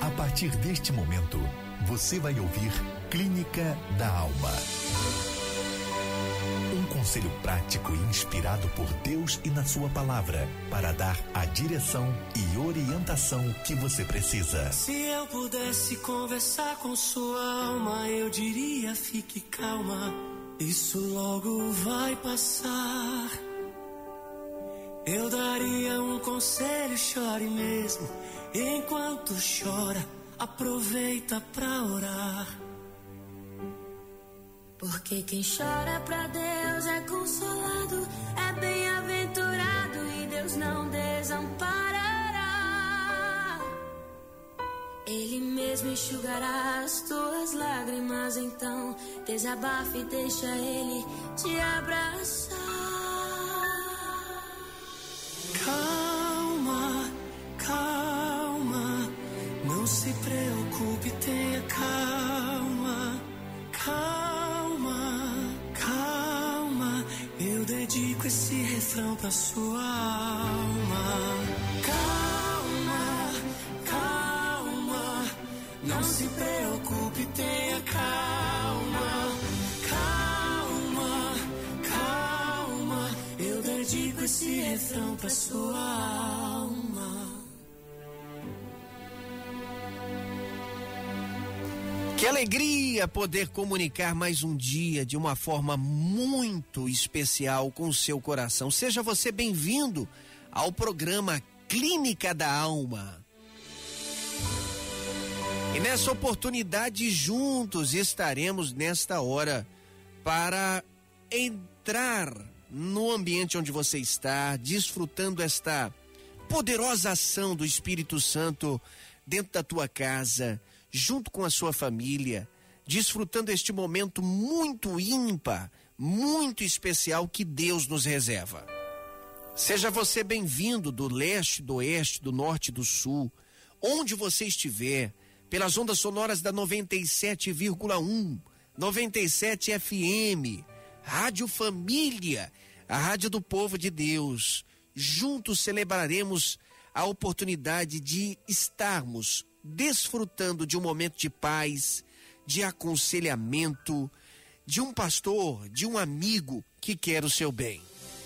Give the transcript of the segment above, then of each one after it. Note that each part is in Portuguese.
A partir deste momento, você vai ouvir Clínica da Alma. Um conselho prático e inspirado por Deus e na sua palavra para dar a direção e orientação que você precisa. Se eu pudesse conversar com sua alma, eu diria: fique calma, isso logo vai passar. Eu daria um conselho: chore mesmo. Enquanto chora, aproveita pra orar. Porque quem chora pra Deus é consolado, é bem-aventurado e Deus não desamparará. Ele mesmo enxugará as tuas lágrimas, então desabafe e deixa Ele te abraçar. Calma, calma, não se preocupe, tenha calma. Calma, calma, eu dedico esse refrão pra sua alma. Calma, calma, não se preocupe, tenha calma. Calma, calma, eu dedico esse refrão pra sua alma. Que alegria poder comunicar mais um dia de uma forma muito especial com o seu coração. Seja você bem-vindo ao programa Clínica da Alma. E nessa oportunidade juntos estaremos nesta hora para entrar no ambiente onde você está, desfrutando esta poderosa ação do Espírito Santo dentro da tua casa, junto com a sua família, desfrutando este momento muito ímpar, muito especial que Deus nos reserva. Seja você bem-vindo do leste, do oeste, do norte, do sul, onde você estiver, pelas ondas sonoras da 97,1, 97 FM, Rádio Família, a rádio do povo de Deus. Juntos celebraremos a oportunidade de estarmos desfrutando de um momento de paz, de aconselhamento, de um pastor, de um amigo que quer o seu bem.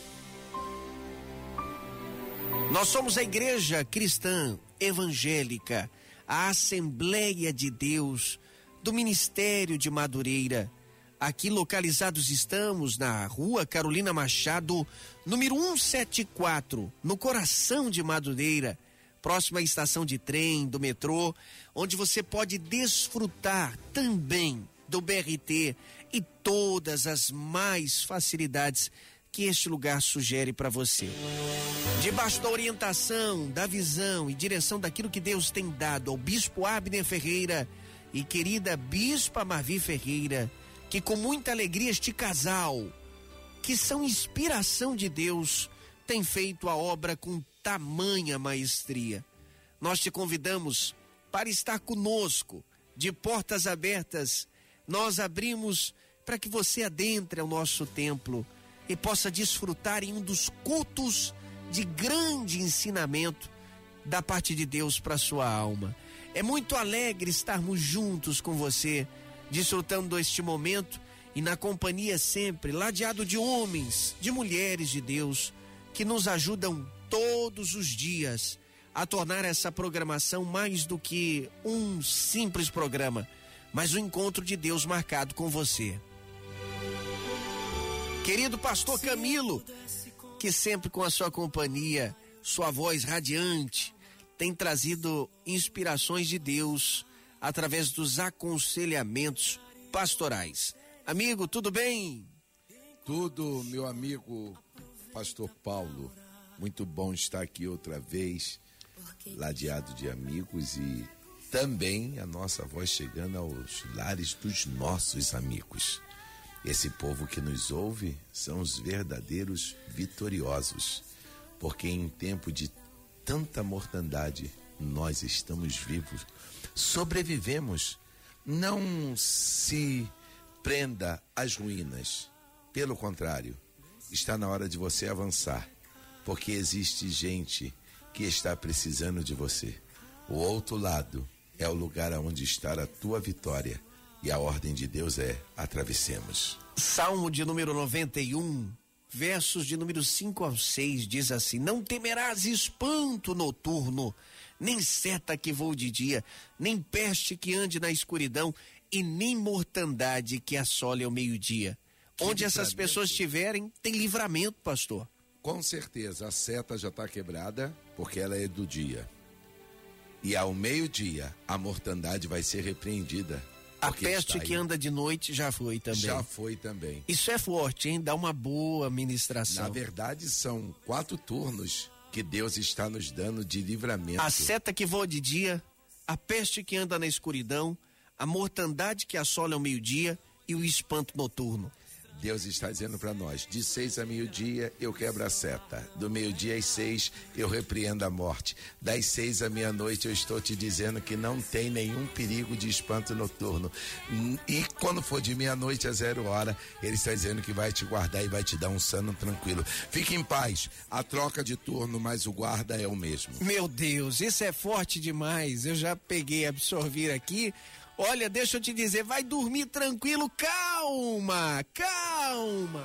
Nós somos a Igreja Cristã Evangélica, a Assembleia de Deus do Ministério de Madureira. Aqui localizados estamos na Rua Carolina Machado, número 174, no coração de Madureira, próximo à estação de trem, do metrô, onde você pode desfrutar também do BRT e todas as mais facilidades que este lugar sugere para você. Debaixo da orientação, da visão e direção daquilo que Deus tem dado ao Bispo Abner Ferreira e querida Bispa Marvi Ferreira, que com muita alegria este casal, que são inspiração de Deus, tem feito a obra com tamanha maestria. Nós te convidamos para estar conosco, de portas abertas. Nós abrimos para que você adentre ao nosso templo e possa desfrutar em um dos cultos de grande ensinamento da parte de Deus para sua alma. É muito alegre estarmos juntos com você, desfrutando este momento e na companhia sempre, ladeado de homens, de mulheres de Deus, que nos ajudam todos os dias a tornar essa programação mais do que um simples programa, mas um encontro de Deus marcado com você. Querido pastor Camilo, que sempre com a sua companhia, sua voz radiante, tem trazido inspirações de Deus através dos aconselhamentos pastorais. Amigo, tudo bem? Tudo, meu amigo pastor Paulo. Muito bom estar aqui outra vez, ladeado de amigos e também a nossa voz chegando aos lares dos nossos amigos. Esse povo que nos ouve são os verdadeiros vitoriosos, porque em tempo de tanta mortandade nós estamos vivos, sobrevivemos. Não se prenda às ruínas, pelo contrário, está na hora de você avançar, porque existe gente que está precisando de você. O outro lado é o lugar aonde está a tua vitória. E a ordem de Deus é: atravessemos. Salmo de número 91, versos de número 5 ao 6, diz assim: não temerás espanto noturno, nem seta que voe de dia, nem peste que ande na escuridão, e nem mortandade que assole ao meio-dia. Onde essas pessoas estiverem, tem livramento, pastor. Com certeza, a seta já está quebrada, porque ela é do dia. E ao meio-dia, a mortandade vai ser repreendida. A peste que anda de noite já foi também. Já foi também. Isso é forte, hein? Dá uma boa ministração. Na verdade, são 4 turnos que Deus está nos dando de livramento. A seta que voa de dia, a peste que anda na escuridão, a mortandade que assola ao meio-dia e o espanto noturno. Deus está dizendo para nós: de 6 a meio-dia eu quebro a seta, do meio-dia às 6 eu repreendo a morte, das 6 à meia-noite eu estou te dizendo que não tem nenhum perigo de espanto noturno, e quando for de meia-noite a 0 hora, Ele está dizendo que vai te guardar e vai te dar um sono tranquilo. Fique em paz, a troca de turno, mas o guarda é o mesmo. Meu Deus, isso é forte demais. Eu já peguei, absorver aqui. Olha, deixa eu te dizer, vai dormir tranquilo, calma, calma.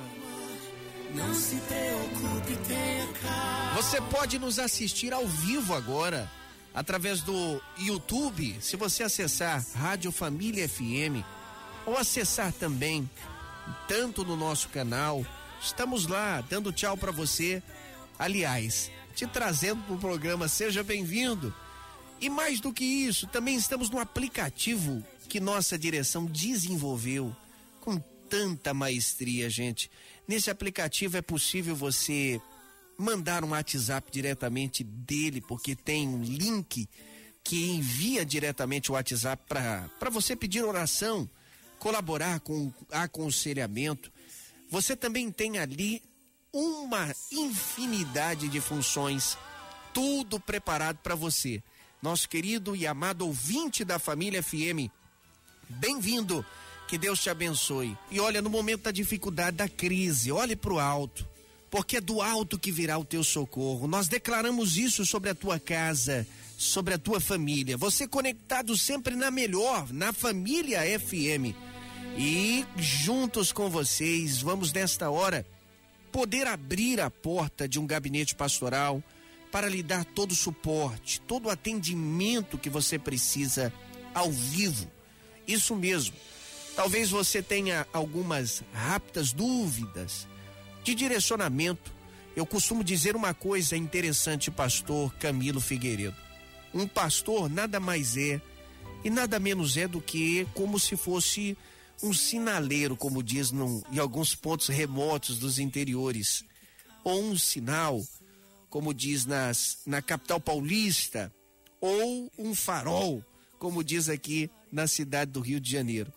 Não se preocupe, tenha calma. Você pode nos assistir ao vivo agora, através do YouTube, se você acessar Rádio Família FM, ou acessar também, tanto no nosso canal, estamos lá, dando tchau pra você, aliás, te trazendo pro programa, seja bem-vindo. E mais do que isso, também estamos no aplicativo que nossa direção desenvolveu com tanta maestria, gente. Nesse aplicativo é possível você mandar um WhatsApp diretamente dele, porque tem um link que envia diretamente o WhatsApp para você pedir oração, colaborar com aconselhamento. Você também tem ali uma infinidade de funções, tudo preparado para você. Nosso querido e amado ouvinte da Família FM, bem-vindo, que Deus te abençoe. E olha, no momento da dificuldade, da crise, olhe para o alto, porque é do alto que virá o teu socorro. Nós declaramos isso sobre a tua casa, sobre a tua família. Você conectado sempre na melhor, na Família FM. E juntos com vocês, vamos nesta hora poder abrir a porta de um gabinete pastoral para lhe dar todo o suporte, todo o atendimento que você precisa ao vivo. Isso mesmo. Talvez você tenha algumas rápidas dúvidas de direcionamento. Eu costumo dizer uma coisa interessante, pastor Camilo Figueiredo. Um pastor nada mais é e nada menos é do que como se fosse um sinaleiro, como diz em alguns pontos remotos dos interiores, ou um sinal, como diz na capital paulista, ou um farol, como diz aqui na cidade do Rio de Janeiro.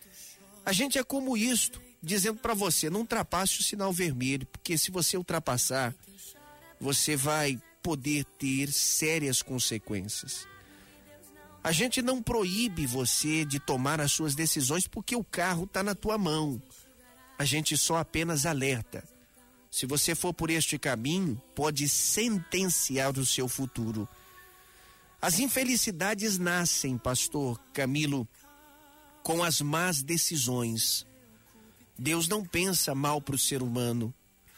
A gente é como isto, dizendo para você, não ultrapasse o sinal vermelho, porque se você ultrapassar, você vai poder ter sérias consequências. A gente não proíbe você de tomar as suas decisões porque o carro está na tua mão. A gente só apenas alerta. Se você for por este caminho, pode sentenciar o seu futuro. As infelicidades nascem, pastor Camilo, com as más decisões. Deus não pensa mal para o ser humano.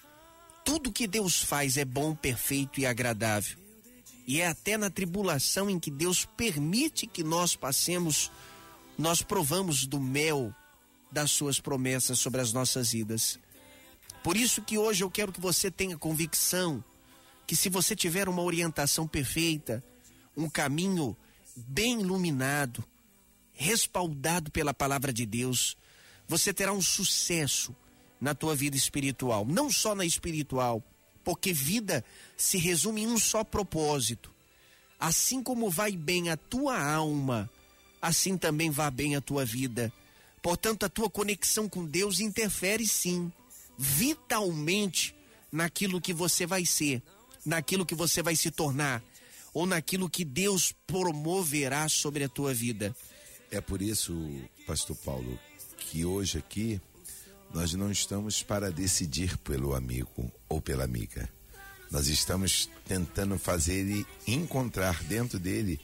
Tudo que Deus faz é bom, perfeito e agradável. E é até na tribulação em que Deus permite que nós passemos, nós provamos do mel das suas promessas sobre as nossas vidas. Por isso que hoje eu quero que você tenha convicção que se você tiver uma orientação perfeita, um caminho bem iluminado, respaldado pela palavra de Deus, você terá um sucesso na tua vida espiritual, não só na espiritual, porque vida se resume em um só propósito. Assim como vai bem a tua alma, assim também vai bem a tua vida. Portanto, a tua conexão com Deus interfere sim, vitalmente, naquilo que você vai ser, naquilo que você vai se tornar, ou naquilo que Deus promoverá sobre a tua vida. É por isso, pastor Paulo, que hoje aqui nós não estamos para decidir pelo amigo ou pela amiga. Nós estamos tentando fazer ele encontrar dentro dele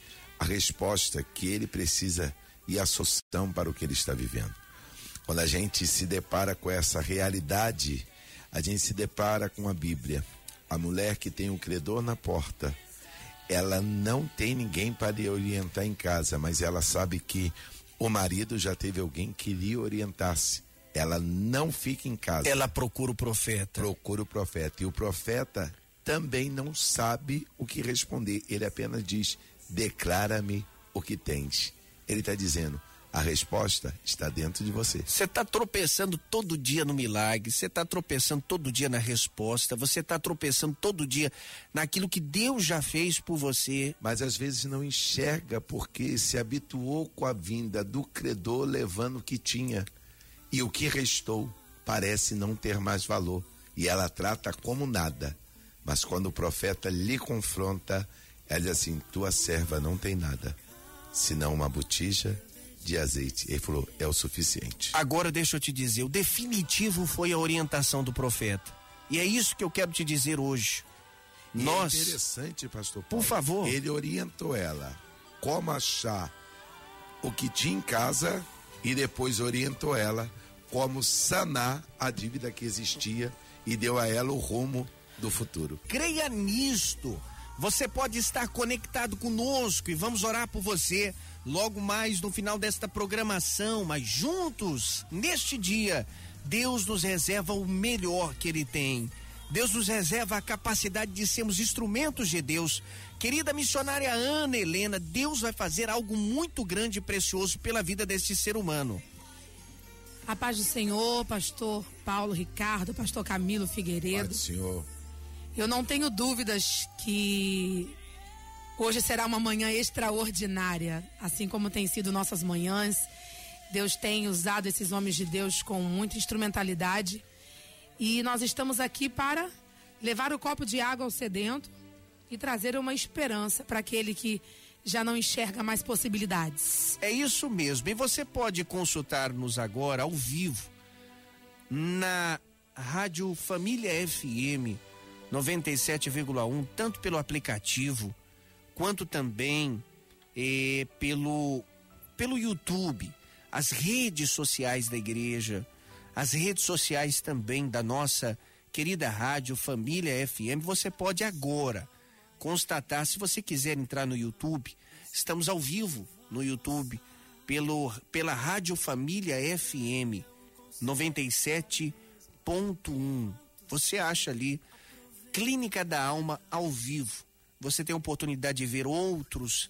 a resposta que ele precisa e a solução para o que ele está vivendo. Quando a gente se depara com essa realidade, a gente se depara com a Bíblia. A mulher que tem um credor na porta, ela não tem ninguém para lhe orientar em casa, mas ela sabe que o marido já teve alguém que lhe orientasse. Ela não fica em casa. Ela procura o profeta. Procura o profeta. E o profeta também não sabe o que responder. Ele apenas diz: declara-me o que tens. Ele está dizendo: a resposta está dentro de você. Você está tropeçando todo dia no milagre, você está tropeçando todo dia na resposta, você está tropeçando todo dia naquilo que Deus já fez por você. Mas às vezes não enxerga porque se habituou com a vinda do credor levando o que tinha. E o que restou parece não ter mais valor. E ela trata como nada. Mas quando o profeta lhe confronta, ela diz assim: tua serva não tem nada, senão uma botija de azeite. Ele falou: é o suficiente. Agora deixa eu te dizer, o definitivo foi a orientação do profeta. E é isso que eu quero te dizer hoje. É interessante, pastor Paulo. Por favor. Ele orientou ela como achar o que tinha em casa e depois orientou ela como sanar a dívida que existia e deu a ela o rumo do futuro. Creia nisto. Você pode estar conectado conosco e vamos orar por você logo mais no final desta programação, mas juntos, neste dia, Deus nos reserva o melhor que Ele tem. Deus nos reserva a capacidade de sermos instrumentos de Deus. Querida missionária Ana Helena, Deus vai fazer algo muito grande e precioso pela vida deste ser humano. A paz do Senhor, pastor Paulo Ricardo, pastor Camilo Figueiredo. Paz do Senhor. Eu não tenho dúvidas que hoje será uma manhã extraordinária, assim como tem sido nossas manhãs. Deus tem usado esses homens de Deus com muita instrumentalidade. E nós estamos aqui para levar o copo de água ao sedento e trazer uma esperança para aquele que já não enxerga mais possibilidades. É isso mesmo. E você pode consultar-nos agora ao vivo na Rádio Família FM 97,1, tanto pelo aplicativo quanto também pelo YouTube, as redes sociais da igreja, as redes sociais também da nossa querida Rádio Família FM. Você pode agora constatar, se você quiser entrar no YouTube, estamos ao vivo no YouTube pela Rádio Família FM 97.1. Você acha ali Clínica da Alma ao vivo. Você tem a oportunidade de ver outros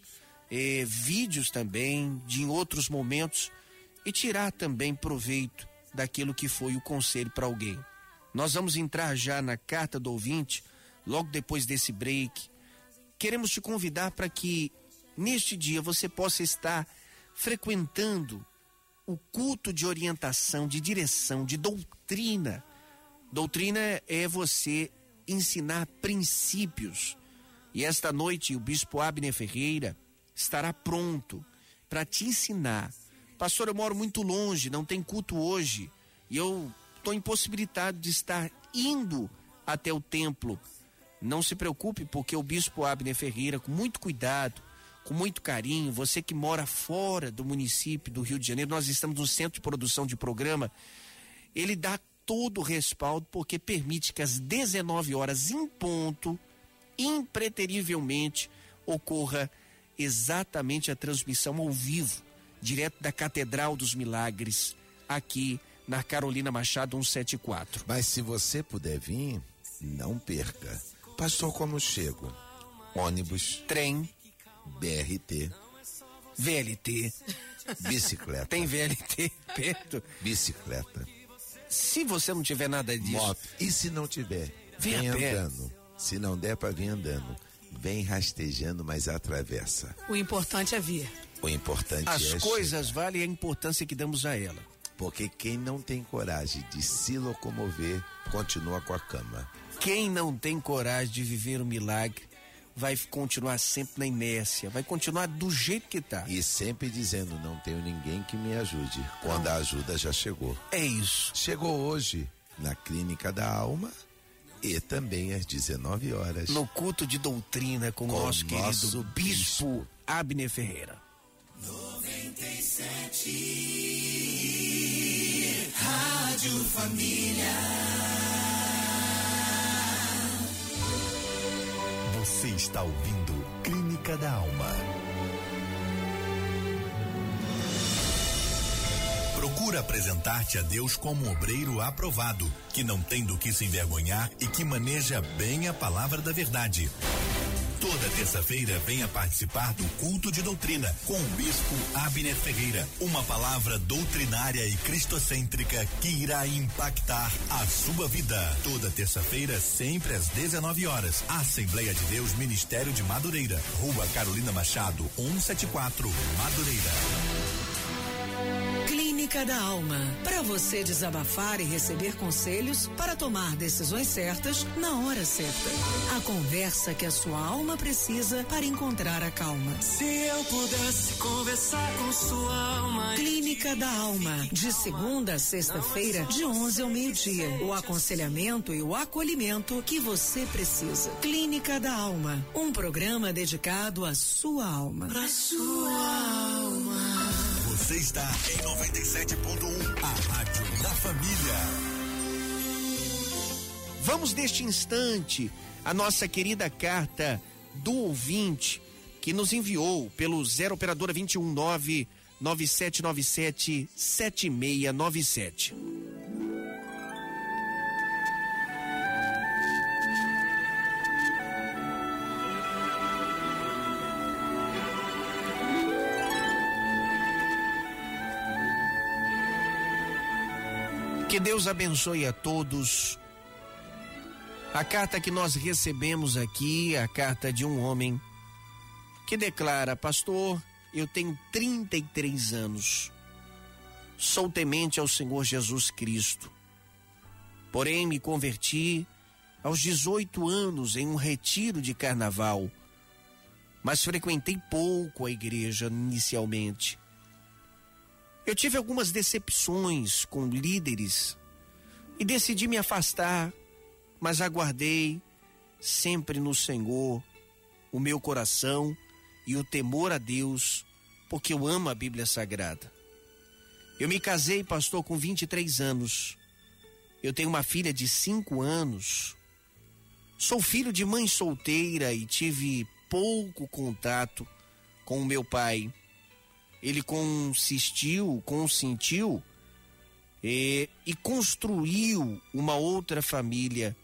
vídeos também, em outros momentos, e tirar também proveito daquilo que foi o conselho para alguém. Nós vamos entrar já na carta do ouvinte, logo depois desse break. Queremos te convidar para que neste dia você possa estar frequentando o culto de orientação, de direção, de doutrina. Doutrina é você ensinar princípios. E esta noite o bispo Abner Ferreira estará pronto para te ensinar. Pastor, eu moro muito longe, não tem culto hoje, e eu estou impossibilitado de estar indo até o templo. Não se preocupe, porque o bispo Abner Ferreira, com muito cuidado, com muito carinho, você que mora fora do município do Rio de Janeiro, nós estamos no centro de produção de programa, ele dá todo o respaldo, porque permite que às 19 horas em ponto, impreterivelmente, ocorra exatamente a transmissão ao vivo, direto da Catedral dos Milagres, aqui na Carolina Machado 174. Mas se você puder vir, não perca. Pastor, como chego? Ônibus, trem, BRT, VLT, bicicleta. Tem VLT perto? Bicicleta. Se você não tiver nada disso, moto. E se não tiver, vem andando. Se não der para vir andando, vem rastejando, mas atravessa. O importante é vir. O importante as é coisas chegar. valem a importância que damos a ela. Porque quem não tem coragem de se locomover, continua com a cama. Quem não tem coragem de viver o milagre, vai continuar sempre na inércia, vai continuar do jeito que tá. E sempre dizendo, não tenho ninguém que me ajude, quando a ajuda já chegou. É isso. Chegou hoje na Clínica da Alma E também às 19 horas. No culto de doutrina com o nosso querido Bispo Abner Ferreira. 97 Rádio Família. Você está ouvindo Clínica da Alma. Procura apresentar-te a Deus como um obreiro aprovado, que não tem do que se envergonhar e que maneja bem a palavra da verdade. Toda terça-feira venha participar do culto de doutrina com o Bispo Abner Ferreira. Uma palavra doutrinária e cristocêntrica que irá impactar a sua vida. Toda terça-feira, sempre às 19 horas. Assembleia de Deus, Ministério de Madureira. Rua Carolina Machado, 174, Madureira. Clínica da Alma. Para você desabafar e receber conselhos para tomar decisões certas na hora certa. A conversa que a sua alma precisa para encontrar a calma. Se eu pudesse conversar com sua alma. Clínica da Alma. De segunda a sexta-feira, de 11 ao meio-dia. O aconselhamento e o acolhimento que você precisa. Clínica da Alma. Um programa dedicado à sua alma. Pra sua alma. Você está em 97.1, a Rádio da Família. Vamos neste instante a nossa querida carta do ouvinte que nos enviou pelo 0 operadora 219 9797 7697. Que Deus abençoe a todos. A carta que nós recebemos aqui, a carta de um homem que declara: pastor, eu tenho 33 anos, sou temente ao Senhor Jesus Cristo, porém me converti aos 18 anos em um retiro de carnaval, mas frequentei pouco a igreja inicialmente. Eu tive algumas decepções com líderes e decidi me afastar, mas aguardei sempre no Senhor o meu coração e o temor a Deus, porque eu amo a Bíblia Sagrada. Eu me casei, pastor, com 23 anos. Eu tenho uma filha de 5 anos. Sou filho de mãe solteira e tive pouco contato com o meu pai. Ele consentiu e construiu uma outra família.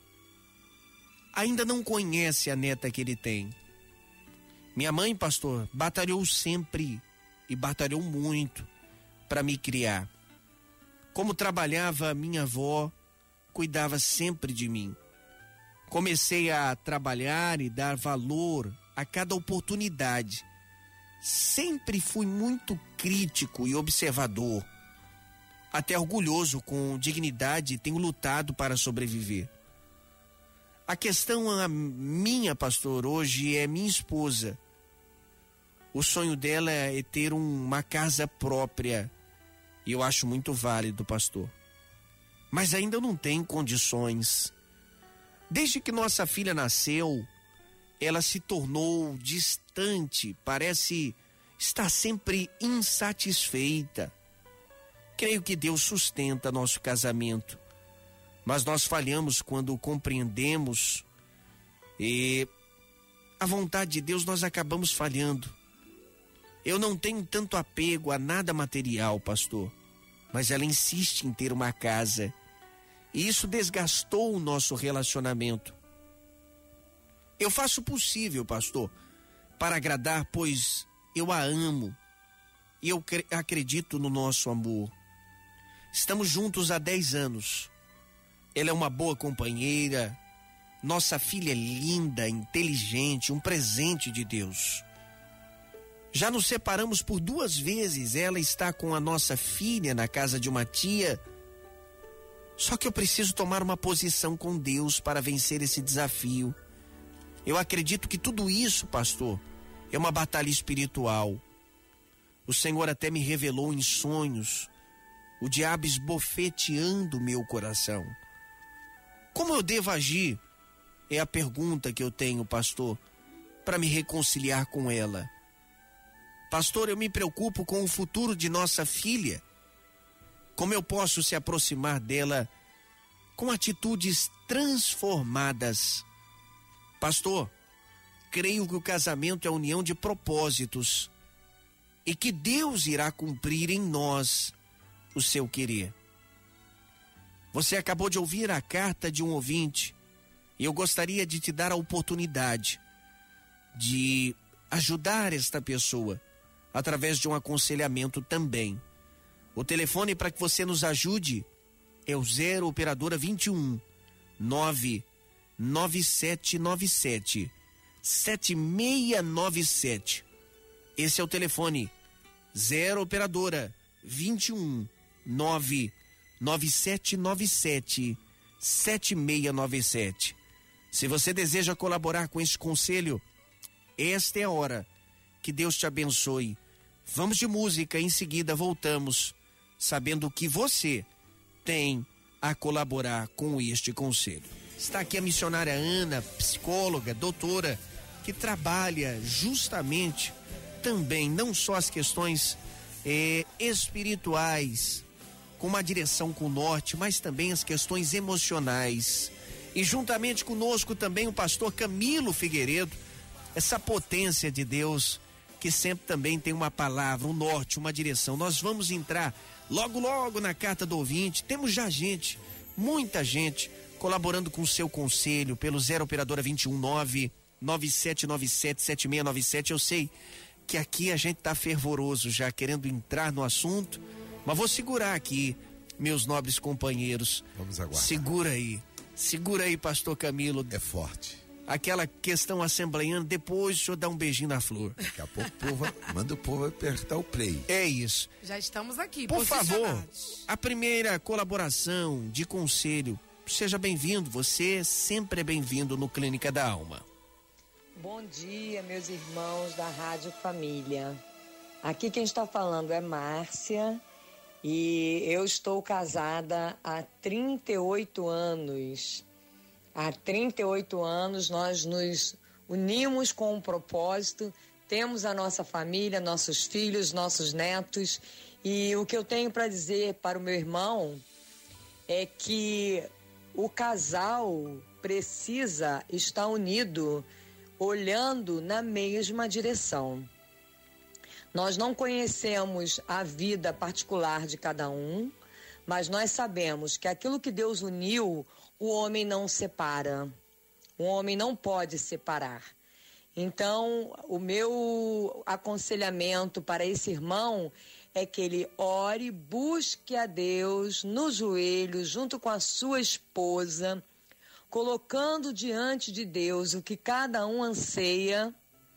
Ainda não conhece a neta que ele tem. Minha mãe, pastor, batalhou sempre e batalhou muito para me criar. Como trabalhava, minha avó cuidava sempre de mim. Comecei a trabalhar e dar valor a cada oportunidade. Sempre fui muito crítico e observador, até orgulhoso, com dignidade, tenho lutado para sobreviver. A questão minha, pastor, hoje é minha esposa. O sonho dela é ter uma casa própria, e eu acho muito válido, pastor. Mas ainda não tenho condições. Desde que nossa filha nasceu, ela se tornou distante, parece estar sempre insatisfeita. Creio que Deus sustenta nosso casamento, mas nós falhamos quando compreendemos e a vontade de Deus nós acabamos falhando. Eu não tenho tanto apego a nada material, pastor, mas ela insiste em ter uma casa e isso desgastou o nosso relacionamento. Eu faço o possível, pastor, para agradar, pois eu a amo e eu acredito no nosso amor. Estamos juntos há 10 anos. Ela é uma boa companheira. Nossa filha é linda, inteligente, um presente de Deus. Já nos separamos por 2 vezes. Ela está com a nossa filha na casa de uma tia. Só que eu preciso tomar uma posição com Deus para vencer esse desafio. Eu acredito que tudo isso, pastor, é uma batalha espiritual. O Senhor até me revelou em sonhos o diabo esbofeteando meu coração. Como eu devo agir É a pergunta que eu tenho, pastor, para me reconciliar com ela. Pastor, eu me preocupo com o futuro de nossa filha. Como eu posso se aproximar dela com atitudes transformadas? Pastor, creio que o casamento é a união de propósitos e que Deus irá cumprir em nós o seu querer. Você acabou de ouvir a carta de um ouvinte e eu gostaria de te dar a oportunidade de ajudar esta pessoa através de um aconselhamento também. O telefone para que você nos ajude é o 0 operadora 21 99797 7697. Esse é o telefone 0 operadora 21 99797 7697. Se você deseja colaborar com esse conselho, esta é a hora. Que Deus te abençoe. Vamos de música, em seguida voltamos, sabendo que você tem a colaborar com este conselho. Está aqui a missionária Ana, psicóloga, doutora, que trabalha justamente também, não só as questões espirituais, com uma direção com o norte, mas também as questões emocionais. E juntamente conosco também o pastor Camilo Figueiredo, essa potência de Deus, que sempre também tem uma palavra, um norte, uma direção. Nós vamos entrar logo na carta do ouvinte. Temos já gente, muita gente, colaborando com o seu conselho pelo 0 operadora 21 99797 7697. Eu sei que aqui a gente tá fervoroso já, querendo entrar no assunto, mas vou segurar aqui, meus nobres companheiros. Vamos aguardar. Segura aí, pastor Camilo. É forte. Aquela questão assembleiana, depois o senhor dá um beijinho na flor. Daqui a pouco manda o povo apertar o play. É isso. Já estamos aqui. Por favor, a primeira colaboração de conselho, seja bem-vindo, você sempre é bem-vindo no Clínica da Alma. Bom dia, meus irmãos da Rádio Família. Aqui quem está falando é Márcia e eu estou casada há 38 anos. Há 38 anos nós nos unimos com um propósito, temos a nossa família, nossos filhos, nossos netos, e o que eu tenho para dizer para o meu irmão é que o casal precisa estar unido, olhando na mesma direção. Nós não conhecemos a vida particular de cada um, mas nós sabemos que aquilo que Deus uniu, o homem não separa. O homem não pode separar. Então, o meu aconselhamento para esse irmão é que ele ore, busque a Deus no joelho, junto com a sua esposa, colocando diante de Deus o que cada um anseia,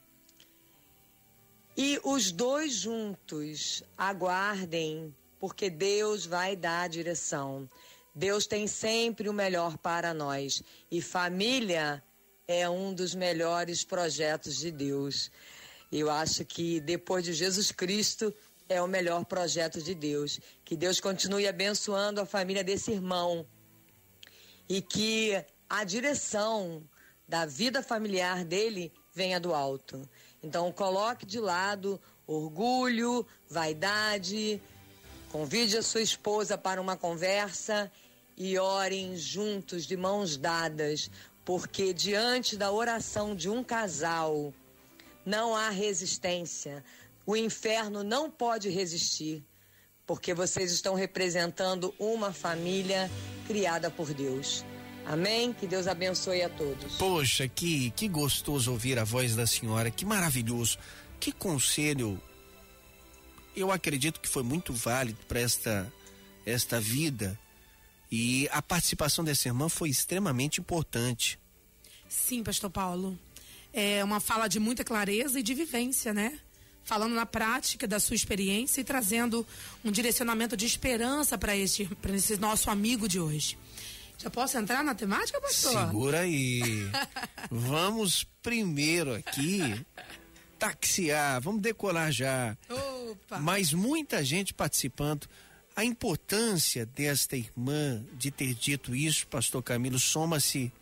e os dois juntos aguardem, porque Deus vai dar a direção. Deus tem sempre o melhor para nós, e família é um dos melhores projetos de Deus. Eu acho que depois de Jesus Cristo é o melhor projeto de Deus. Que Deus continue abençoando a família desse irmão e que a direção da vida familiar dele venha do alto. Então coloque de lado orgulho, vaidade, convide a sua esposa para uma conversa e orem juntos, de mãos dadas, porque diante da oração de um casal não há resistência. O inferno não pode resistir, porque vocês estão representando uma família criada por Deus. Amém? Que Deus abençoe a todos. Poxa, que gostoso ouvir a voz da senhora, que maravilhoso. Que conselho, eu acredito que foi muito válido para esta vida, e a participação dessa irmã foi extremamente importante. Sim, pastor Paulo. É uma fala de muita clareza e de vivência, né? Falando na prática da sua experiência e trazendo um direcionamento de esperança para esse nosso amigo de hoje. Já posso entrar na temática, pastor? Segura aí. Vamos primeiro aqui taxiar, vamos decolar já. Opa. Mas muita gente participando. A importância desta irmã de ter dito isso, pastor Camilo, soma-se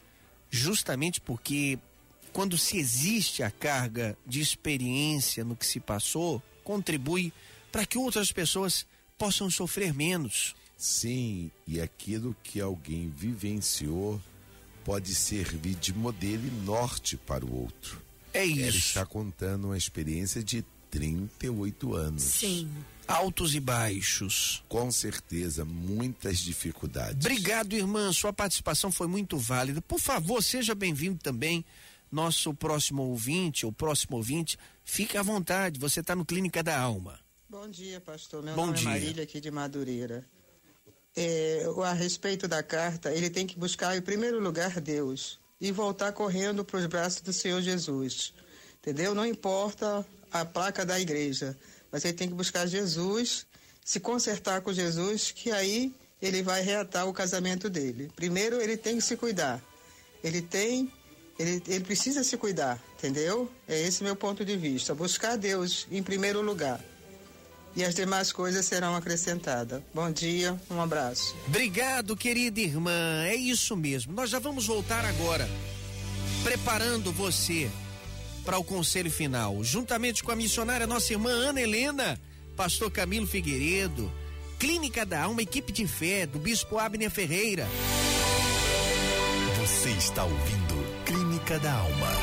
justamente porque quando se existe a carga de experiência no que se passou, contribui para que outras pessoas possam sofrer menos. Sim, e aquilo que alguém vivenciou pode servir de modelo e norte para o outro. É isso. Ela está contando uma experiência de 38 anos. Sim. Altos e baixos. Com certeza, muitas dificuldades. Obrigado, irmã. Sua participação foi muito válida. Por favor, seja bem-vindo também. Nosso próximo ouvinte, fique à vontade. Você está no Clínica da Alma. Bom dia, pastor. Meu Bom nome dia. é Marília, aqui de Madureira. A respeito da carta, ele tem que buscar em primeiro lugar Deus e voltar correndo para os braços do Senhor Jesus. Entendeu? Não importa a placa da igreja, mas ele tem que buscar Jesus, se consertar com Jesus, que aí ele vai reatar o casamento dele. Primeiro ele tem que se cuidar. Ele precisa se cuidar, entendeu? É esse meu ponto de vista. Buscar Deus em primeiro lugar. E as demais coisas serão acrescentadas. Bom dia, um abraço. Obrigado, querida irmã. É isso mesmo. Nós já vamos voltar agora, preparando você para o conselho final, juntamente com a missionária, nossa irmã Ana Helena, pastor Camilo Figueiredo, Clínica da Alma, equipe de fé do bispo Abner Ferreira. Você está ouvindo Clínica da Alma.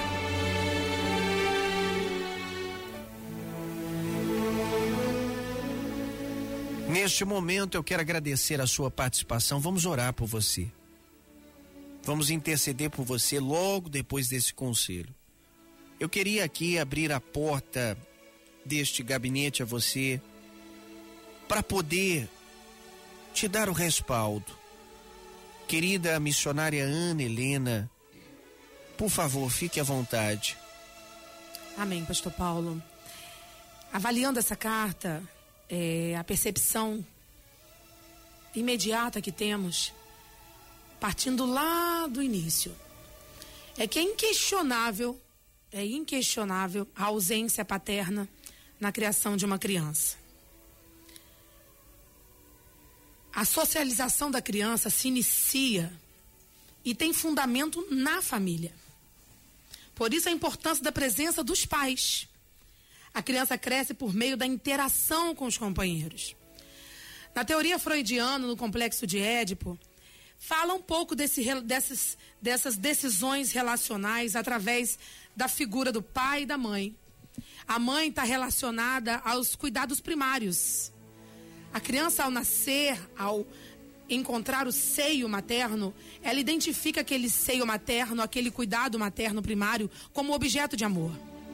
Neste momento eu quero agradecer a sua participação. Vamos orar por você. Vamos interceder por você logo depois desse conselho. Eu queria aqui abrir a porta deste gabinete a você para poder te dar o respaldo. Querida missionária Ana Helena, por favor, fique à vontade. Amém, pastor Paulo. Avaliando essa carta, a percepção imediata que temos, partindo lá do início, é que é inquestionável a ausência paterna na criação de uma criança. A socialização da criança se inicia e tem fundamento na família. Por isso a importância da presença dos pais. A criança cresce por meio da interação com os companheiros. Na teoria freudiana, no complexo de Édipo, fala um pouco dessas decisões relacionais através da figura do pai e da mãe. A mãe está relacionada aos cuidados primários. A criança, ao nascer, ao encontrar o seio materno, ela identifica aquele seio materno, aquele cuidado materno primário, como objeto de amor.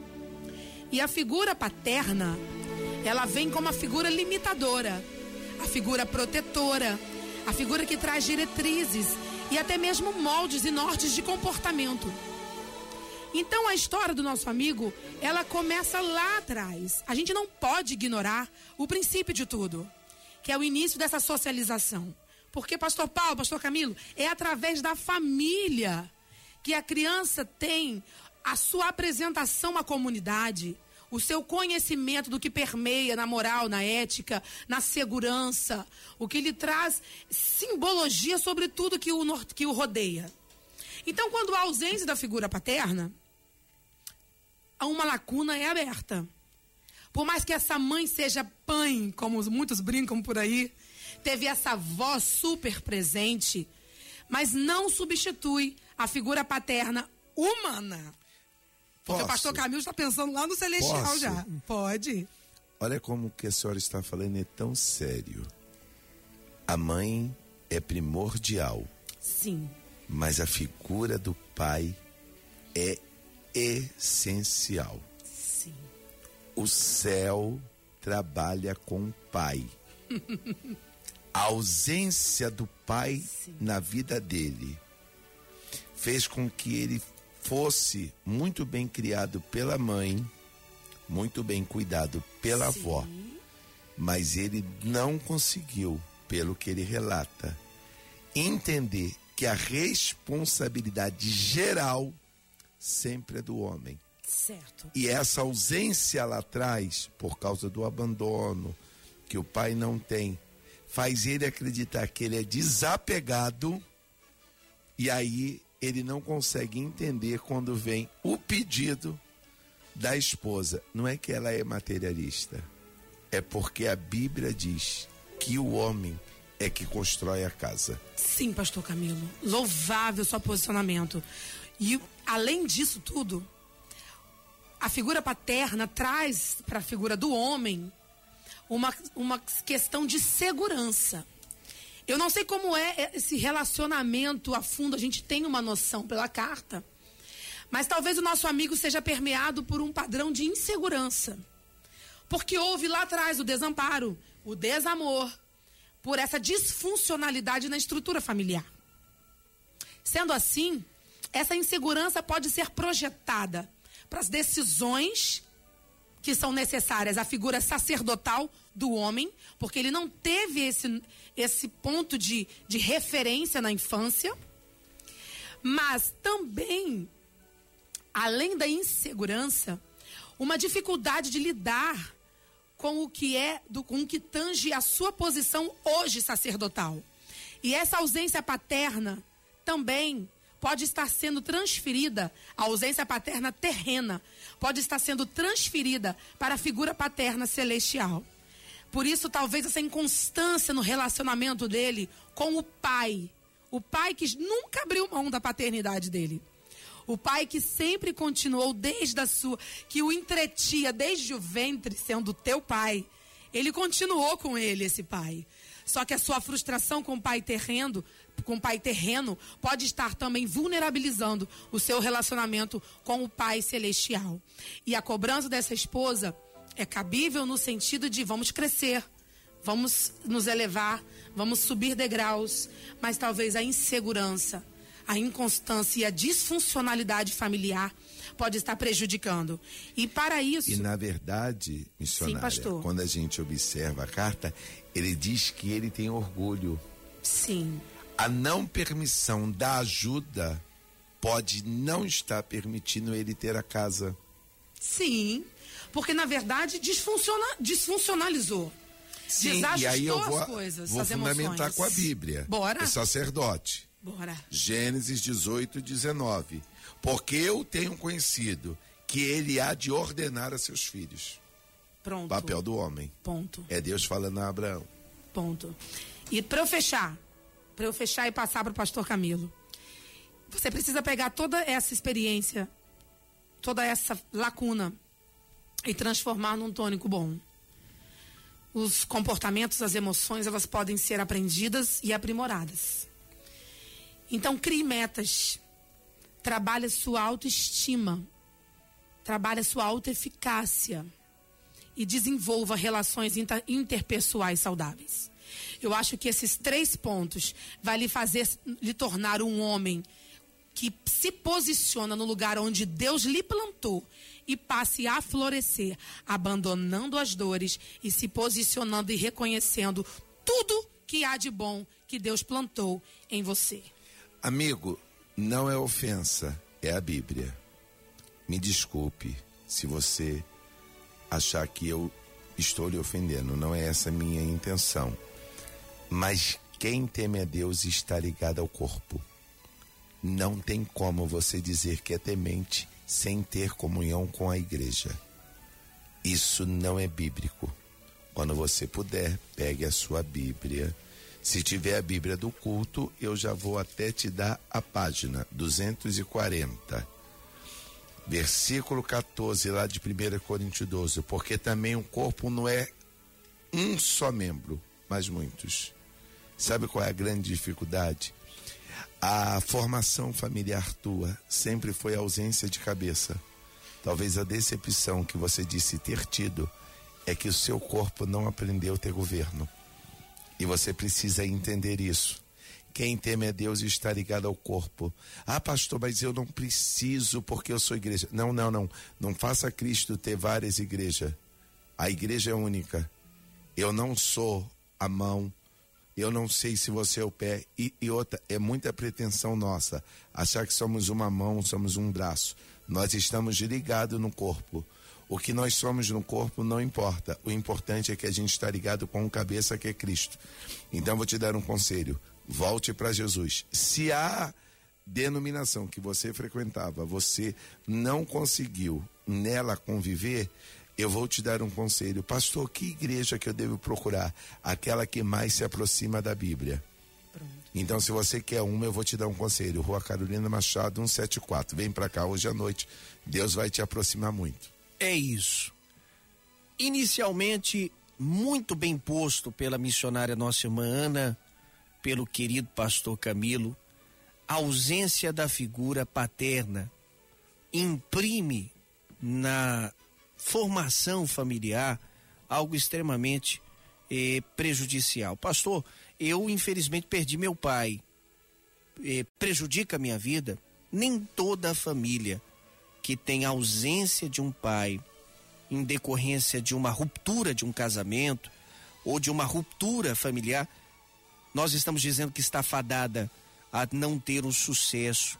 E a figura paterna, ela vem como a figura limitadora, a figura protetora, a figura que traz diretrizes e até mesmo moldes e nortes de comportamento. Então a história do nosso amigo, ela começa lá atrás. A gente não pode ignorar o princípio de tudo, que é o início dessa socialização. Porque, pastor Paulo, pastor Camilo, é através da família que a criança tem a sua apresentação à comunidade, o seu conhecimento do que permeia na moral, na ética, na segurança, o que lhe traz simbologia sobre tudo que o rodeia. Então, quando há ausência da figura paterna, uma lacuna é aberta. Por mais que essa mãe seja pai, como muitos brincam por aí, teve essa avó super presente, mas não substitui a figura paterna humana. Porque o pastor Camilo está pensando lá no celestial já. Pode. Olha como que a senhora está falando, é tão sério. A mãe é primordial. Sim. Mas a figura do pai é essencial. Sim. O céu trabalha com o pai. A ausência do pai na vida dele fez com que ele fosse muito bem criado pela mãe, muito bem cuidado pela avó, mas ele não conseguiu, pelo que ele relata, entender que a responsabilidade geral sempre é do homem. Certo. E essa ausência lá atrás, por causa do abandono que o pai não tem, faz ele acreditar que ele é desapegado, e aí ele não consegue entender quando vem o pedido da esposa. Não é que ela é materialista, é porque a Bíblia diz que o homem é que constrói a casa. Sim, pastor Camilo, louvável seu posicionamento. E além disso tudo, a figura paterna traz para a figura do homem uma questão de segurança. Eu não sei como é esse relacionamento a fundo, a gente tem uma noção pela carta, mas talvez o nosso amigo seja permeado por um padrão de insegurança. Porque houve lá atrás o desamparo, o desamor, por essa disfuncionalidade na estrutura familiar. Sendo assim, essa insegurança pode ser projetada para as decisões que são necessárias à figura sacerdotal do homem, porque ele não teve esse ponto de referência na infância, mas também, além da insegurança, uma dificuldade de lidar com o que tange a sua posição hoje sacerdotal. E essa ausência paterna também pode estar sendo transferida, a ausência paterna terrena, pode estar sendo transferida para a figura paterna celestial. Por isso, talvez essa inconstância no relacionamento dele com o pai que nunca abriu mão da paternidade dele. O pai que sempre continuou que o entretia desde o ventre, sendo teu pai. Ele continuou com ele, esse pai. Só que a sua frustração com o pai terreno pode estar também vulnerabilizando o seu relacionamento com o pai celestial. E a cobrança dessa esposa é cabível no sentido de vamos crescer, vamos nos elevar, vamos subir degraus, mas talvez a insegurança, a inconstância e a disfuncionalidade familiar pode estar prejudicando. E para isso... E na verdade, missionária, sim, pastor, quando a gente observa a carta, ele diz que ele tem orgulho. Sim. A não permissão da ajuda pode não estar permitindo ele ter a casa. Sim, porque na verdade disfuncionalizou. Sim, e aí eu vou fundamentar com a Bíblia. Bora. O sacerdote. Bora. Gênesis 18, 19. Porque eu tenho conhecido que ele há de ordenar a seus filhos. Pronto. Papel do homem. Ponto. É Deus falando a Abraão. Ponto. E para eu fechar e passar para o pastor Camilo, você precisa pegar toda essa experiência, toda essa lacuna e transformar num tônico bom. Os comportamentos, as emoções, elas podem ser aprendidas e aprimoradas. Então, crie metas. Trabalhe sua autoestima. Trabalhe sua autoeficácia. E desenvolva relações interpessoais saudáveis. Eu acho que esses 3 pontos vai lhe tornar um homem que se posiciona no lugar onde Deus lhe plantou e passe a florescer, abandonando as dores e se posicionando e reconhecendo tudo que há de bom que Deus plantou em você. Amigo, não é ofensa, é a Bíblia. Me desculpe se você achar que eu estou lhe ofendendo, não é essa a minha intenção. Mas quem teme a Deus está ligado ao corpo. Não tem como você dizer que é temente sem ter comunhão com a igreja. Isso não é bíblico. Quando você puder, pegue a sua Bíblia. Se tiver a Bíblia do culto, eu já vou até te dar a página 240. Versículo 14, lá de 1 Coríntios 12. Porque também o corpo não é um só membro, mas muitos. Sabe qual é a grande dificuldade? A formação familiar tua sempre foi ausência de cabeça. Talvez a decepção que você disse ter tido é que o seu corpo não aprendeu a ter governo. E você precisa entender isso. Quem teme a Deus está ligado ao corpo. Ah, pastor, mas eu não preciso porque eu sou igreja. Não. Não faça Cristo ter várias igrejas. A igreja é única. Eu não sou a mão. Eu não sei se você é o pé. E outra, é muita pretensão nossa. Achar que somos uma mão, somos um braço. Nós estamos ligados no corpo. O que nós somos no corpo não importa. O importante é que a gente está ligado com o cabeça que é Cristo. Então vou te dar um conselho. Volte para Jesus. Se há denominação que você frequentava, você não conseguiu nela conviver, eu vou te dar um conselho. Pastor, que igreja que eu devo procurar? Aquela que mais se aproxima da Bíblia. Pronto. Então, se você quer uma, eu vou te dar um conselho. Rua Carolina Machado, 174. Vem pra cá hoje à noite. Deus vai te aproximar muito. É isso. Inicialmente, muito bem posto pela missionária nossa irmã Ana, pelo querido pastor Camilo, a ausência da figura paterna imprime na formação familiar algo extremamente prejudicial. Pastor, eu infelizmente perdi meu pai, prejudica a minha vida. Nem toda a família que tem ausência de um pai em decorrência de uma ruptura de um casamento ou de uma ruptura familiar, nós estamos dizendo que está fadada a não ter um sucesso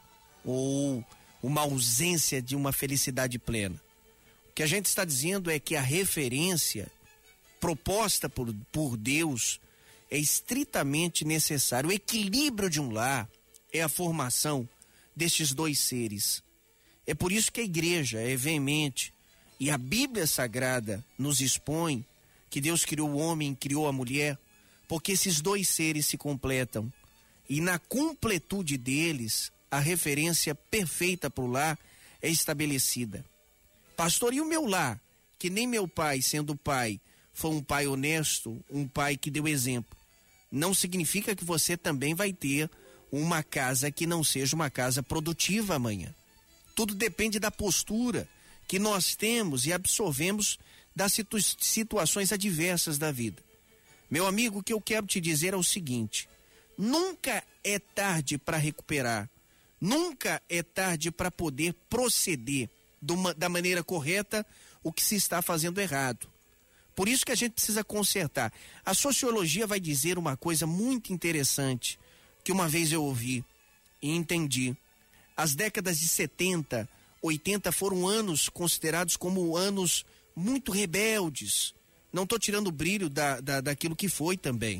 ou uma ausência de uma felicidade plena. O que a gente está dizendo é que a referência proposta por Deus é estritamente necessária. O equilíbrio de um lar é a formação destes dois seres. É por isso que a igreja é veemente e a Bíblia Sagrada nos expõe que Deus criou o homem, criou a mulher, porque esses dois seres se completam. E na completude deles, a referência perfeita para o lar é estabelecida. Pastor, e o meu lar? Que nem meu pai, sendo pai, foi um pai honesto, um pai que deu exemplo. Não significa que você também vai ter uma casa que não seja uma casa produtiva amanhã. Tudo depende da postura que nós temos e absorvemos das situações adversas da vida. Meu amigo, o que eu quero te dizer é o seguinte: nunca é tarde para recuperar, nunca é tarde para poder proceder da maneira correta o que se está fazendo errado. Por isso que a gente precisa consertar. A sociologia vai dizer uma coisa muito interessante que uma vez eu ouvi e entendi. As décadas de 70, 80 foram anos considerados como anos muito rebeldes. Não estou tirando o brilho daquilo que foi também,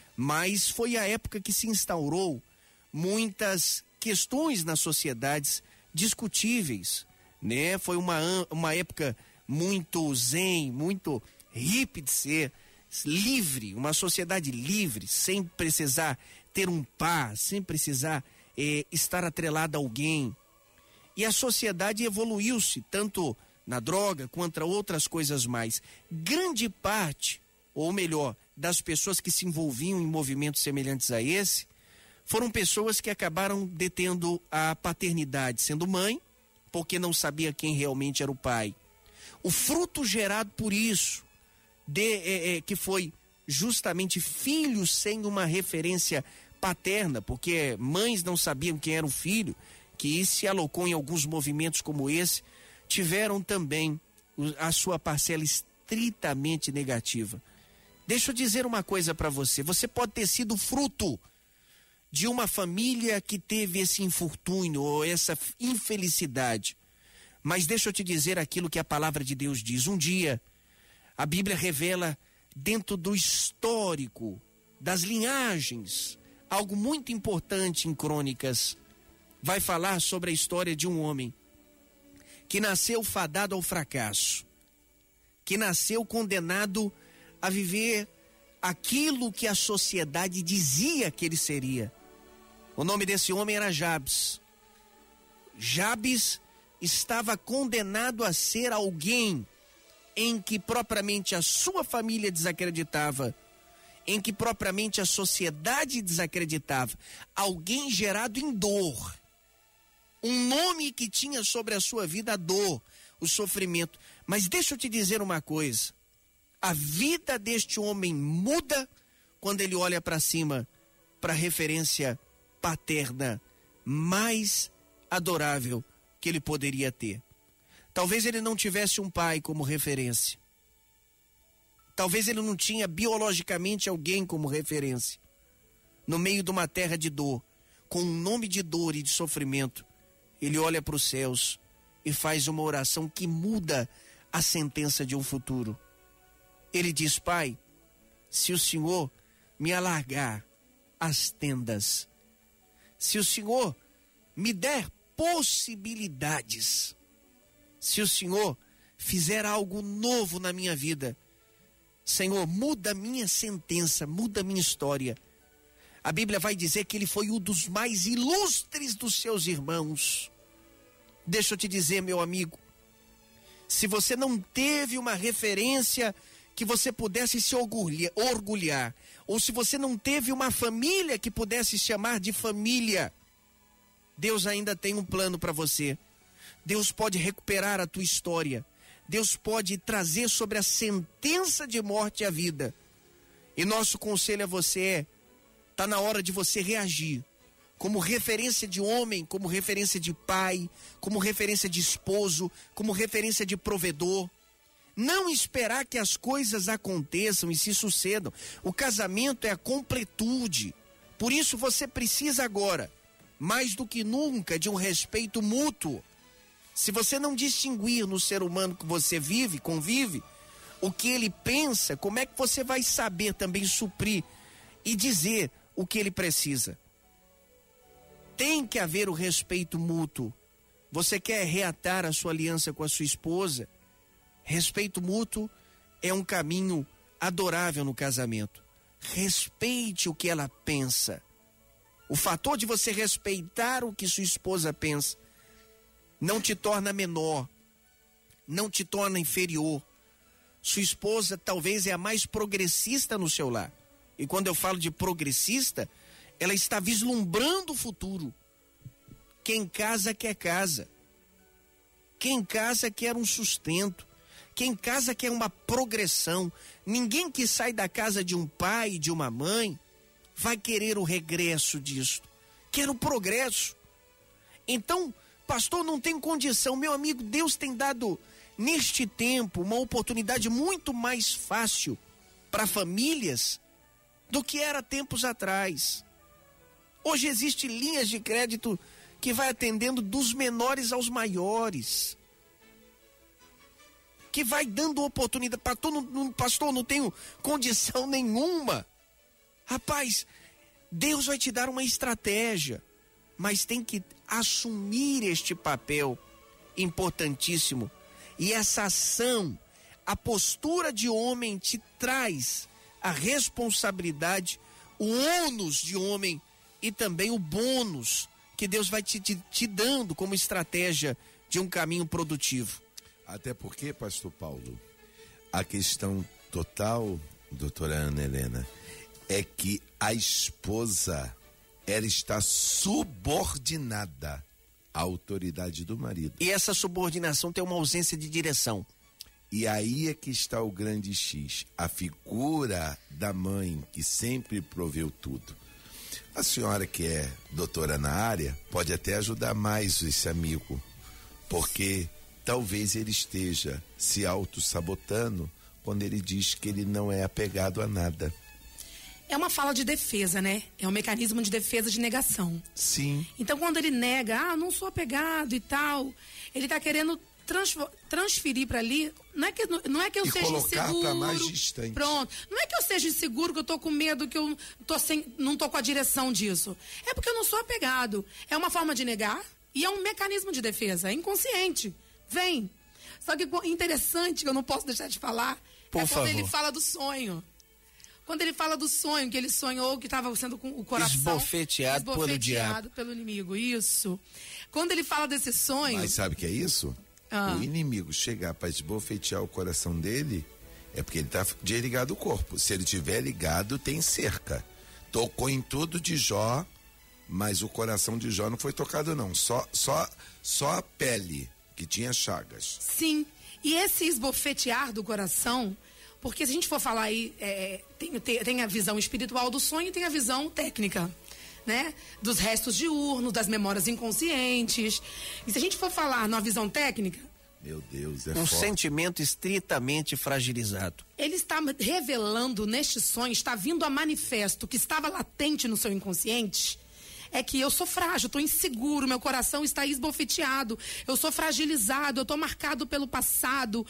mas foi a época que se instaurou muitas questões nas sociedades discutíveis, né? Foi uma época muito zen, muito hippie de ser livre, uma sociedade livre, sem precisar ter um par, sem precisar estar atrelada a alguém. E a sociedade evoluiu-se, tanto na droga quanto outras coisas mais. Grande parte, ou melhor, das pessoas que se envolviam em movimentos semelhantes a esse, foram pessoas que acabaram detendo a paternidade, sendo mãe, porque não sabia quem realmente era o pai. O fruto gerado por isso, que foi justamente filhos sem uma referência paterna, porque mães não sabiam quem era o filho, que se alocou em alguns movimentos como esse, tiveram também a sua parcela estritamente negativa. Deixa eu dizer uma coisa para você: você pode ter sido fruto de uma família que teve esse infortúnio ou essa infelicidade, mas deixa eu te dizer aquilo que a palavra de Deus diz. Um dia a Bíblia revela, dentro do histórico das linhagens, algo muito importante em Crônicas. Vai falar sobre a história de um homem que nasceu fadado ao fracasso, que nasceu condenado a viver aquilo que a sociedade dizia que ele seria. O nome desse homem era Jabes. Jabes estava condenado a ser alguém em que propriamente a sua família desacreditava, em que propriamente a sociedade desacreditava, alguém gerado em dor. Um nome que tinha sobre a sua vida a dor, o sofrimento. Mas deixa eu te dizer uma coisa: a vida deste homem muda quando ele olha para cima, para a referência paterna mais adorável que ele poderia ter. Talvez ele não tivesse um pai como referência. Talvez ele não tinha biologicamente alguém como referência. No meio de uma terra de dor, com um nome de dor e de sofrimento, ele olha para os céus e faz uma oração que muda a sentença de um futuro. Ele diz: Pai, se o Senhor me alargar as tendas, se o Senhor me der possibilidades. Se o Senhor fizer algo novo na minha vida, Senhor, muda a minha sentença, muda a minha história. A Bíblia vai dizer que ele foi um dos mais ilustres dos seus irmãos. Deixa eu te dizer, meu amigo, se você não teve uma referência que você pudesse se orgulhar, ou se você não teve uma família que pudesse chamar de família, Deus ainda tem um plano para você. Deus pode recuperar a tua história. Deus pode trazer sobre a sentença de morte a vida. E nosso conselho a você está na hora de você reagir. Como referência de homem, como referência de pai, como referência de esposo, como referência de provedor. Não esperar que as coisas aconteçam e se sucedam. O casamento é a completude. Por isso você precisa agora, mais do que nunca, de um respeito mútuo. Se você não distinguir no ser humano que você vive, convive, o que ele pensa, como é que você vai saber também suprir e dizer o que ele precisa? Tem que haver o respeito mútuo. Você quer reatar a sua aliança com a sua esposa? Respeito mútuo é um caminho adorável no casamento. Respeite o que ela pensa. O fator de você respeitar o que sua esposa pensa não te torna menor, não te torna inferior. Sua esposa talvez é a mais progressista no seu lar. E quando eu falo de progressista, ela está vislumbrando o futuro. Quem casa quer casa. Quem casa quer um sustento. Quem casa quer uma progressão. Ninguém que sai da casa de um pai e de uma mãe vai querer o regresso disso. Quer o progresso. Então, pastor, não tem condição. Meu amigo, Deus tem dado neste tempo uma oportunidade muito mais fácil para famílias do que era tempos atrás. Hoje existem linhas de crédito que vai atendendo dos menores aos maiores, que vai dando oportunidade. Pastor, não tenho condição nenhuma. Rapaz, Deus vai te dar uma estratégia, mas tem que assumir este papel importantíssimo. E essa ação, a postura de homem te traz a responsabilidade, o ônus de homem e também o bônus que Deus vai te dando como estratégia de um caminho produtivo. Até porque, pastor Paulo, a questão total, doutora Ana Helena, é que a esposa, ela está subordinada à autoridade do marido. E essa subordinação tem uma ausência de direção. E aí é que está o grande X, a figura da mãe que sempre proveu tudo. A senhora que é doutora na área pode até ajudar mais esse amigo, porque talvez ele esteja se auto-sabotando quando ele diz que ele não é apegado a nada. É uma fala de defesa, né? É um mecanismo de defesa de negação. Sim. Então, quando ele nega, não sou apegado e tal, ele tá querendo transferir para ali. Não é que eu seja inseguro. Pra mais distante. Pronto. Não é que eu seja inseguro, que eu tô com medo, que eu não tô com a direção disso. É porque eu não sou apegado. É uma forma de negar e é um mecanismo de defesa. É inconsciente. Vem. Só que interessante, que eu não posso deixar de falar, Por favor. Quando ele fala do sonho. Quando ele fala do sonho, que ele sonhou que estava sendo com o coração esbofeteado pelo diabo. Pelo inimigo, isso. Quando ele fala desse sonho... Mas sabe o que é isso? O inimigo chegar para esbofetear o coração dele, é porque ele está desligado do corpo. Se ele tiver ligado, tem cerca. Tocou em tudo de Jó, mas o coração de Jó não foi tocado não. Só a pele, que tinha chagas. Sim, e esse esbofetear do coração... Porque se a gente for falar aí, tem a visão espiritual do sonho e tem a visão técnica, né? Dos restos diurnos, das memórias inconscientes. E se a gente for falar numa visão técnica... Meu Deus, um forte. Sentimento estritamente fragilizado. Ele está revelando neste sonho, está vindo a manifesto que estava latente no seu inconsciente, é que eu sou frágil, estou inseguro, meu coração está esbofeteado, eu sou fragilizado, eu estou marcado pelo passado,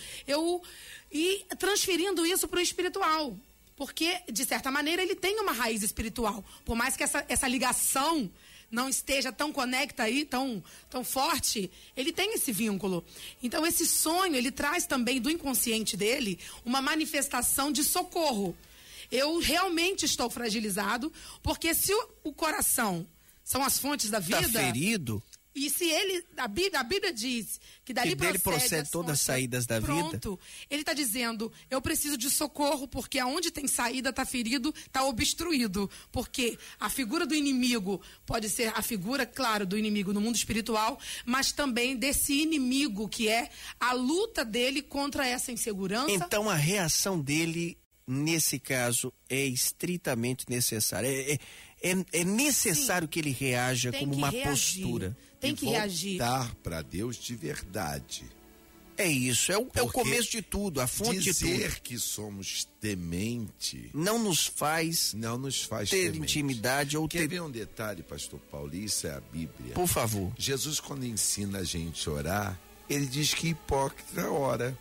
e transferindo isso para o espiritual. Porque, de certa maneira, ele tem uma raiz espiritual. Por mais que essa ligação não esteja tão conecta aí, tão forte, ele tem esse vínculo. Então esse sonho, ele traz também do inconsciente dele uma manifestação de socorro. Eu realmente estou fragilizado, porque se o coração são as fontes da vida... Está ferido... E se ele, a Bíblia diz que dali procede todas as saídas da vida. Ele está dizendo, eu preciso de socorro, porque aonde tem saída está ferido, está obstruído. Porque a figura do inimigo pode ser a figura, claro, do inimigo no mundo espiritual, mas também desse inimigo que é a luta dele contra essa insegurança. Então a reação dele, nesse caso, é estritamente necessária. É necessário que ele reaja como uma postura. Tem que reagir. Voltar para Deus de verdade. É isso, é o começo de tudo, a fonte de tudo. Dizer que somos temente não nos faz ter temente. Intimidade ou Quer ver um detalhe, pastor Paulo? Isso é a Bíblia. Por favor. Jesus, quando ensina a gente a orar, ele diz que hipócrita ora.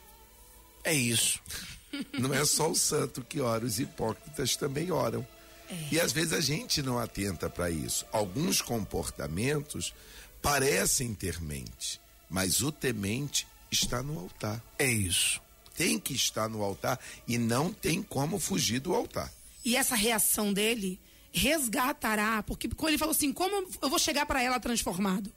É isso. Não é só o santo que ora, os hipócritas também oram. E às vezes a gente não atenta para isso. Alguns comportamentos parecem ter mente, mas o temente está no altar. É isso. Tem que estar no altar e não tem como fugir do altar. E essa reação dele resgatará, porque quando ele falou assim, como eu vou chegar para ela transformado?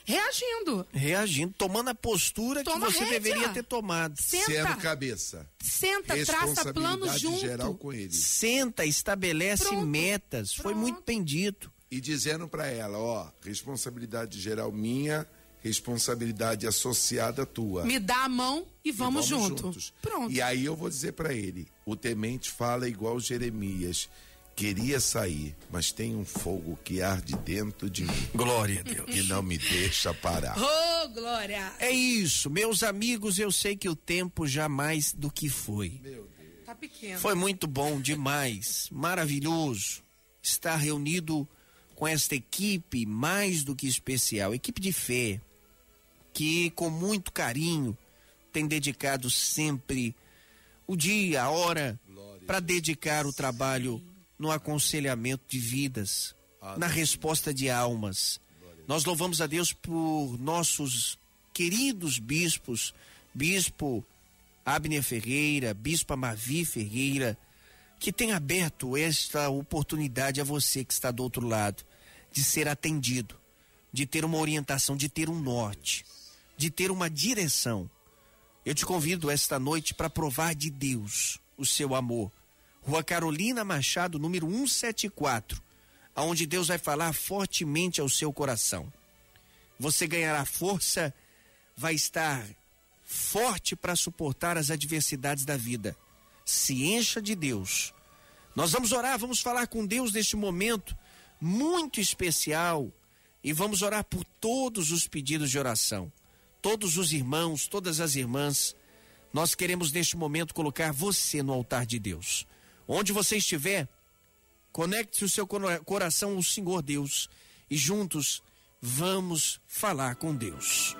Reagindo, tomando a postura que você deveria ter tomado. Sendo cabeça. Senta, traça plano junto. Geral com ele. Senta, estabelece metas. Foi muito bem dito. E dizendo para ela, responsabilidade geral minha, responsabilidade associada tua. Me dá a mão e vamos juntos. Pronto. E aí eu vou dizer para ele, o temente fala igual Jeremias. Queria sair, mas tem um fogo que arde dentro de mim. Glória a Deus. Que não me deixa parar. Oh, glória! É isso, meus amigos, eu sei que o tempo já mais do que foi. Meu Deus. Tá pequeno. Foi muito bom demais, maravilhoso estar reunido com esta equipe mais do que especial, equipe de fé, que com muito carinho tem dedicado sempre o dia, a hora, para dedicar o trabalho no aconselhamento de vidas, na resposta de almas. Nós louvamos a Deus por nossos queridos bispos, Bispo Abner Ferreira, Bispo Amavi Ferreira, que tem aberto esta oportunidade a você que está do outro lado, de ser atendido, de ter uma orientação, de ter um norte, de ter uma direção. Eu te convido esta noite para provar de Deus o seu amor. Rua Carolina Machado, número 174, aonde Deus vai falar fortemente ao seu coração. Você ganhará força, vai estar forte para suportar as adversidades da vida. Se encha de Deus. Nós vamos orar, vamos falar com Deus neste momento muito especial e vamos orar por todos os pedidos de oração. Todos os irmãos, todas as irmãs, nós queremos neste momento colocar você no altar de Deus. Onde você estiver, conecte o seu coração ao Senhor Deus e juntos vamos falar com Deus.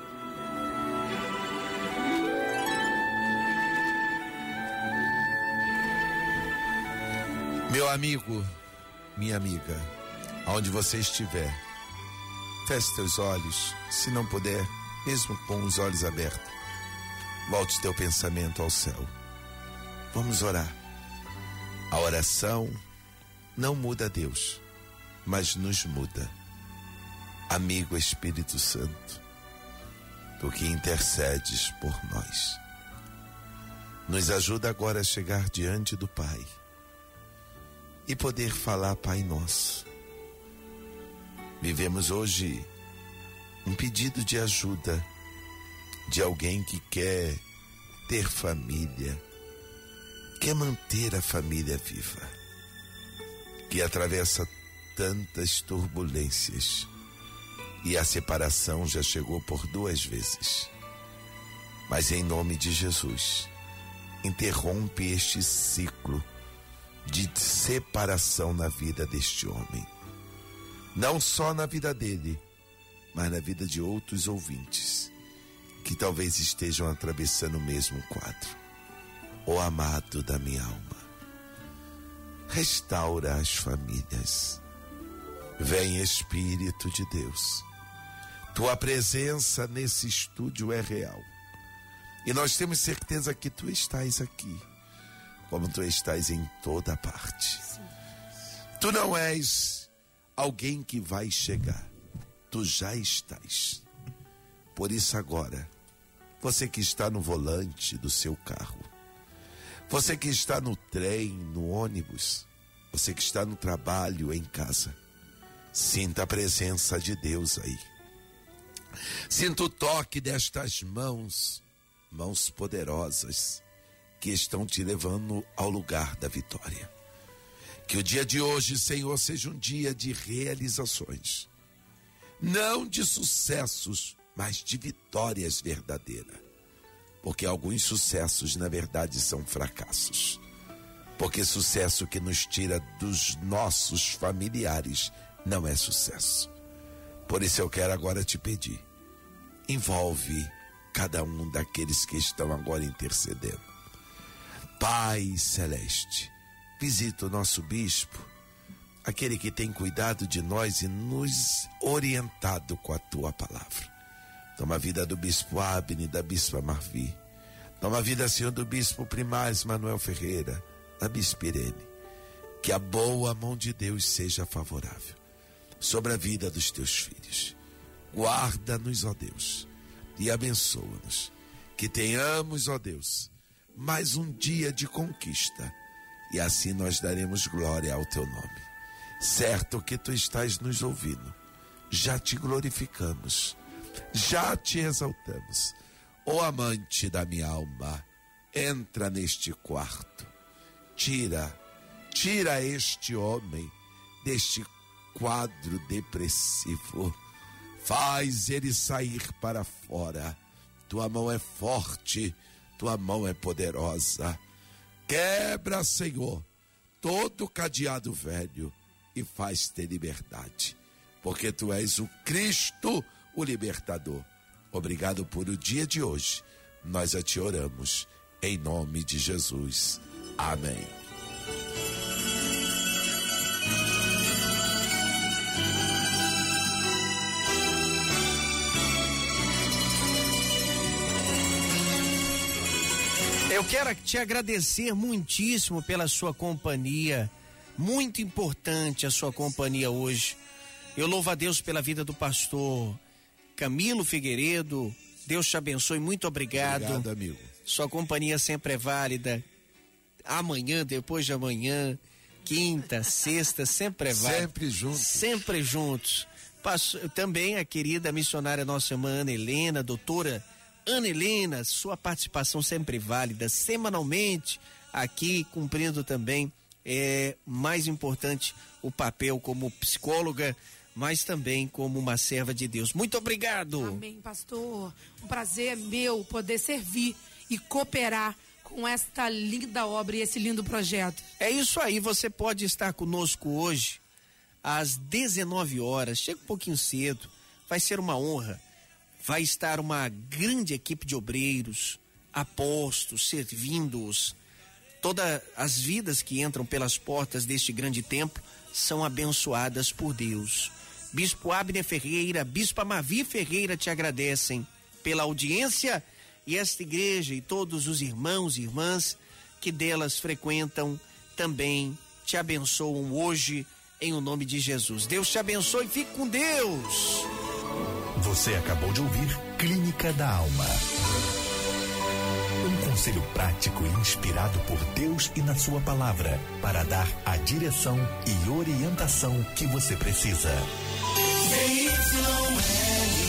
Meu amigo, minha amiga, aonde você estiver, feche teus olhos, se não puder, mesmo com os olhos abertos, volte teu pensamento ao céu. Vamos orar. A oração não muda Deus, mas nos muda. Amigo Espírito Santo, tu que intercedes por nós, nos ajuda agora a chegar diante do Pai e poder falar, Pai nosso. Vivemos hoje um pedido de ajuda de alguém que quer ter família, quer manter a família viva, que atravessa tantas turbulências e a separação já chegou por 2 vezes. Mas em nome de Jesus, interrompe este ciclo de separação na vida deste homem. Não só na vida dele, mas na vida de outros ouvintes que talvez estejam atravessando o mesmo quadro. Ó amado da minha alma, restaura as famílias, Vem, Espírito de Deus. Tua presença nesse estúdio é real. E nós temos certeza que tu estás aqui, como tu estás em toda parte. Tu não és alguém que vai chegar. Tu já estás. Por isso agora, você que está no volante do seu carro, você que está no trem, no ônibus, você que está no trabalho, em casa, sinta a presença de Deus aí. Sinta o toque destas mãos poderosas que estão te levando ao lugar da vitória. Que o dia de hoje, Senhor, seja um dia de realizações, não de sucessos, mas de vitórias verdadeiras. Porque alguns sucessos, na verdade, são fracassos. Porque sucesso que nos tira dos nossos familiares não é sucesso. Por isso eu quero agora te pedir, envolve cada um daqueles que estão agora intercedendo. Pai Celeste, visita o nosso bispo, aquele que tem cuidado de nós e nos orientado com a tua palavra. Toma a vida do bispo Abner, da bispa Marvi. Toma a vida, Senhor, do bispo Primaz Manuel Ferreira, da bispa Irene. Que a boa mão de Deus seja favorável sobre a vida dos teus filhos. Guarda-nos, ó Deus, e abençoa-nos. Que tenhamos, ó Deus, mais um dia de conquista, e assim nós daremos glória ao teu nome. Certo que tu estás nos ouvindo, já te glorificamos, já te exaltamos. Ó amante da minha alma, entra neste quarto, tira este homem deste quadro depressivo, faz ele sair para fora. Tua mão é forte, tua mão é poderosa. Quebra, Senhor, todo cadeado velho e faz ter liberdade, porque tu és o Cristo, o libertador. Obrigado por o dia de hoje. Nós a te oramos em nome de Jesus. Amém. Eu quero te agradecer muitíssimo pela sua companhia. Muito importante a sua companhia hoje. Eu louvo a Deus pela vida do pastor Camilo Figueiredo. Deus te abençoe, muito obrigado. Obrigado, amigo. Sua companhia sempre é válida. Amanhã, depois de amanhã, quinta, sexta, sempre é válida. Sempre juntos. Sempre juntos. Também a querida missionária nossa irmã Ana Helena, doutora Ana Helena, sua participação sempre válida, semanalmente aqui, cumprindo também, mais importante, o papel como psicóloga, mas também como uma serva de Deus. Muito obrigado. Amém, pastor. Um prazer meu poder servir e cooperar com esta linda obra e esse lindo projeto. É isso aí, você pode estar conosco hoje às 19 horas, chega um pouquinho cedo, vai ser uma honra. Vai estar uma grande equipe de obreiros, apóstolos, servindo-os. Todas as vidas que entram pelas portas deste grande templo são abençoadas por Deus. Bispo Abner Ferreira, Bispa Marvi Ferreira te agradecem pela audiência, e esta igreja e todos os irmãos e irmãs que delas frequentam também te abençoam hoje em o nome de Jesus. Deus te abençoe, fique com Deus. Você acabou de ouvir Clínica da Alma. Um conselho prático e inspirado por Deus e na sua palavra para dar a direção e orientação que você precisa. ZYL